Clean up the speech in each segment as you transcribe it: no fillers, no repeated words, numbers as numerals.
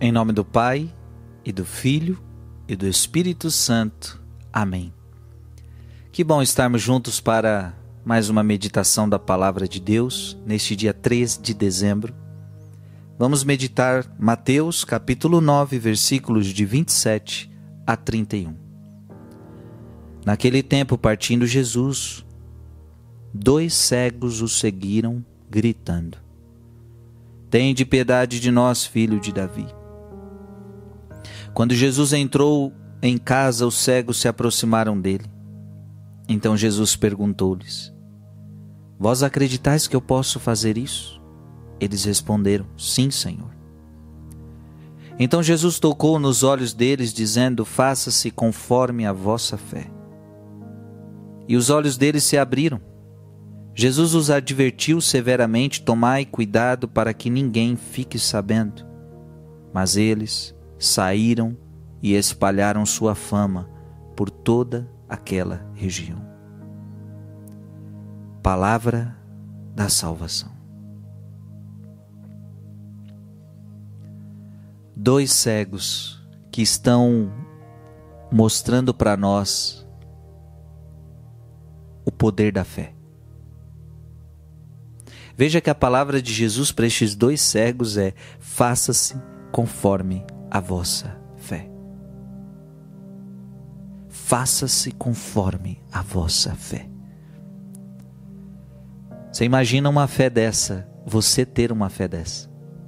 Em nome do Pai, e do Filho, e do Espírito Santo. Amém. Que bom estarmos juntos para mais uma meditação da Palavra de Deus, neste dia 3 de dezembro. Vamos meditar Mateus, capítulo 9, versículos de 27 a 31. Naquele tempo, partindo Jesus, 2 cegos o seguiram, gritando: Tende piedade de nós, filho de Davi. Quando Jesus entrou em casa, os cegos se aproximaram dele. Então Jesus perguntou-lhes: Vós acreditais que eu posso fazer isso? Eles responderam: Sim, Senhor. Então Jesus tocou nos olhos deles, dizendo: Faça-se conforme a vossa fé. E os olhos deles se abriram. Jesus os advertiu severamente: Tomai cuidado para que ninguém fique sabendo. Mas eles saíram e espalharam sua fama por toda aquela região. Palavra da salvação. 2 cegos que estão mostrando para nós o poder da fé. Veja que a palavra de Jesus para estes 2 cegos é: faça-se conforme a vossa fé. Faça-se conforme a vossa fé. Você imagina uma fé dessa, você ter uma fé dessa?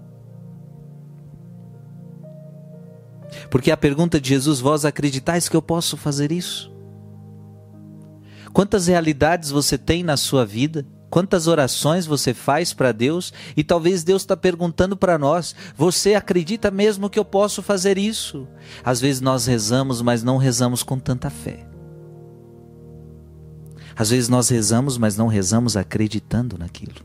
Porque a pergunta de Jesus: vós acreditais que eu posso fazer isso? Quantas realidades você tem na sua vida? Quantas orações você faz para Deus? E talvez Deus está perguntando para nós: você acredita mesmo que eu posso fazer isso? Às vezes nós rezamos, mas não rezamos com tanta fé. Às vezes nós rezamos, mas não rezamos acreditando naquilo.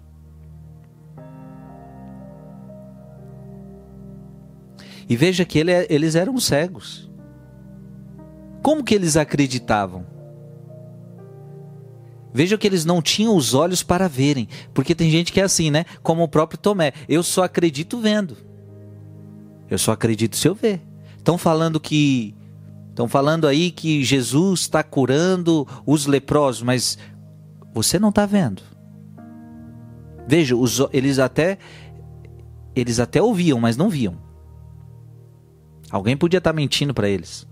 E veja que eles eram cegos. Como que eles acreditavam? Veja que eles não tinham os olhos para verem, porque tem gente que é assim, né? Como o próprio Tomé: eu só acredito vendo. Eu só acredito se eu ver. Estão falando aí que Jesus está curando os leprosos, mas você não está vendo. Veja, eles até ouviam, mas não viam. Alguém podia estar mentindo para eles.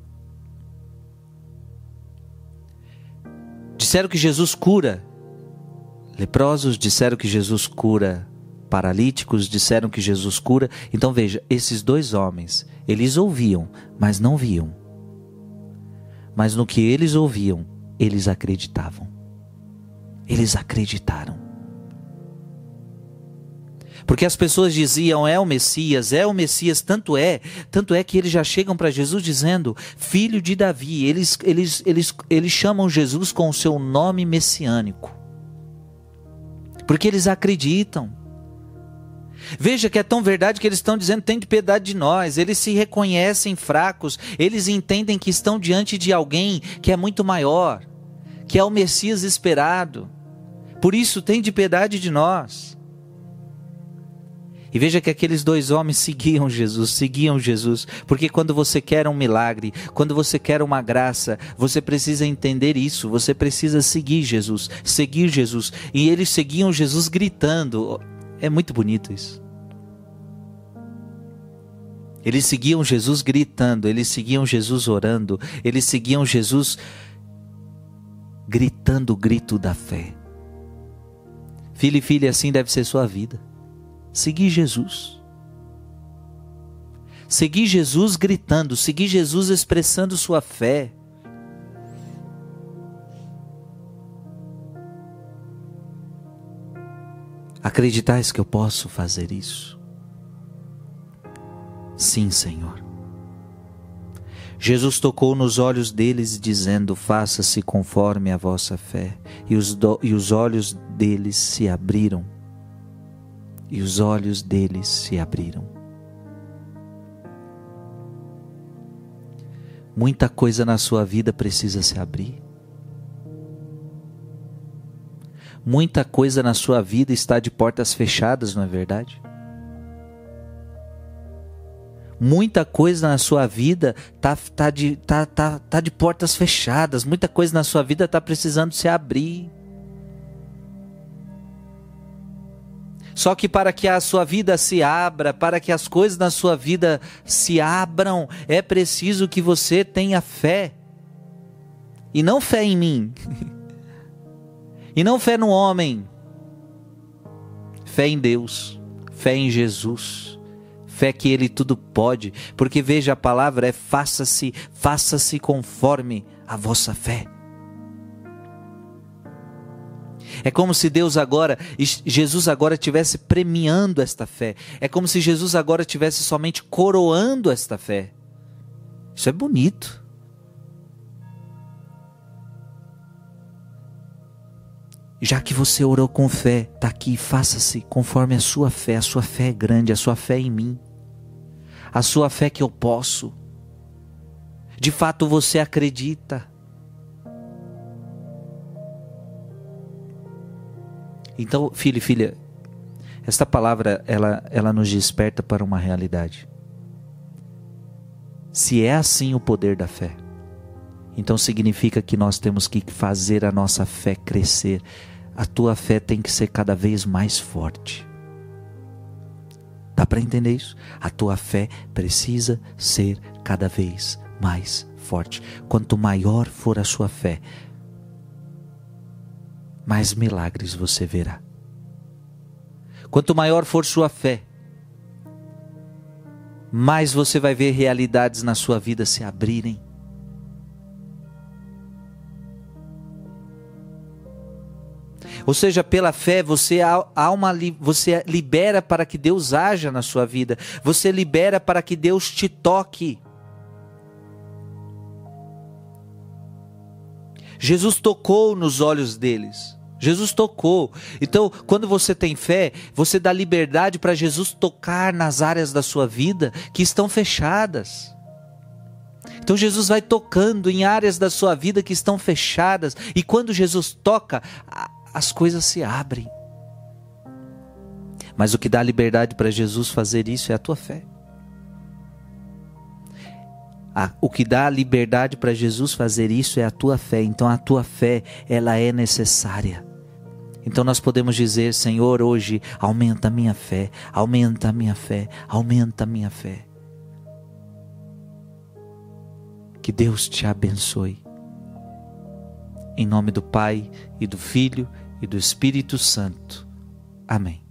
Disseram que Jesus cura leprosos, disseram que Jesus cura paralíticos, disseram que Jesus cura. Então veja, esses 2 homens, eles ouviam, mas não viam. Mas no que eles ouviam, eles acreditavam. Eles acreditaram. Porque as pessoas diziam: é o Messias, tanto é que eles já chegam para Jesus dizendo: filho de Davi. Eles chamam Jesus com o seu nome messiânico, porque eles acreditam. Veja que é tão verdade que eles estão dizendo: tem piedade de nós. Eles se reconhecem fracos, eles entendem que estão diante de alguém que é muito maior, que é o Messias esperado. Por isso, tem piedade de nós. E veja que aqueles 2 homens seguiam Jesus, porque quando você quer um milagre, quando você quer uma graça, você precisa entender isso, você precisa seguir Jesus. E eles seguiam Jesus gritando. É muito bonito isso. Eles seguiam Jesus gritando, eles seguiam Jesus orando, eles seguiam Jesus gritando o grito da fé. Filho e filha, assim deve ser sua vida. Seguir Jesus. Seguir Jesus gritando, seguir Jesus expressando sua fé. Acreditais que eu posso fazer isso? Sim, Senhor. Jesus tocou nos olhos deles, dizendo: faça-se conforme a vossa fé. E os olhos deles se abriram. E os olhos deles se abriram. Muita coisa na sua vida precisa se abrir. Muita coisa na sua vida está de portas fechadas, não é verdade? Muita coisa na sua vida tá de portas fechadas. Muita coisa na sua vida está precisando se abrir. Só que para que a sua vida se abra, para que as coisas na sua vida se abram, é preciso que você tenha fé. E não fé em mim. E não fé no homem. Fé em Deus. Fé em Jesus. Fé que Ele tudo pode, porque veja, a palavra é faça-se conforme a vossa fé. É como se Jesus agora estivesse premiando esta fé. É como se Jesus agora estivesse somente coroando esta fé. Isso é bonito. Já que você orou com fé, está aqui, faça-se conforme a sua fé. A sua fé é grande, a sua fé é em mim. A sua fé que eu posso. De fato você acredita. Então, filho e filha, esta palavra ela nos desperta para uma realidade. Se é assim o poder da fé, então significa que nós temos que fazer a nossa fé crescer. A tua fé tem que ser cada vez mais forte. Dá para entender isso? A tua fé precisa ser cada vez mais forte. Quanto maior for a sua fé, mais milagres você verá. Quanto maior for sua fé, mais você vai ver realidades na sua vida se abrirem. Ou seja, pela fé você libera para que Deus haja na sua vida. Você libera para que Deus te toque. Jesus tocou nos olhos deles. Jesus tocou. Então, quando você tem fé, você dá liberdade para Jesus tocar nas áreas da sua vida que estão fechadas. Então Jesus vai tocando em áreas da sua vida que estão fechadas. E quando Jesus toca, as coisas se abrem. Mas o que dá liberdade para Jesus fazer isso é a tua fé. O que dá liberdade para Jesus fazer isso é a tua fé. Então a tua fé, ela é necessária. Então nós podemos dizer: Senhor, hoje aumenta a minha fé, aumenta a minha fé, aumenta a minha fé. Que Deus te abençoe. Em nome do Pai, e do Filho, e do Espírito Santo. Amém.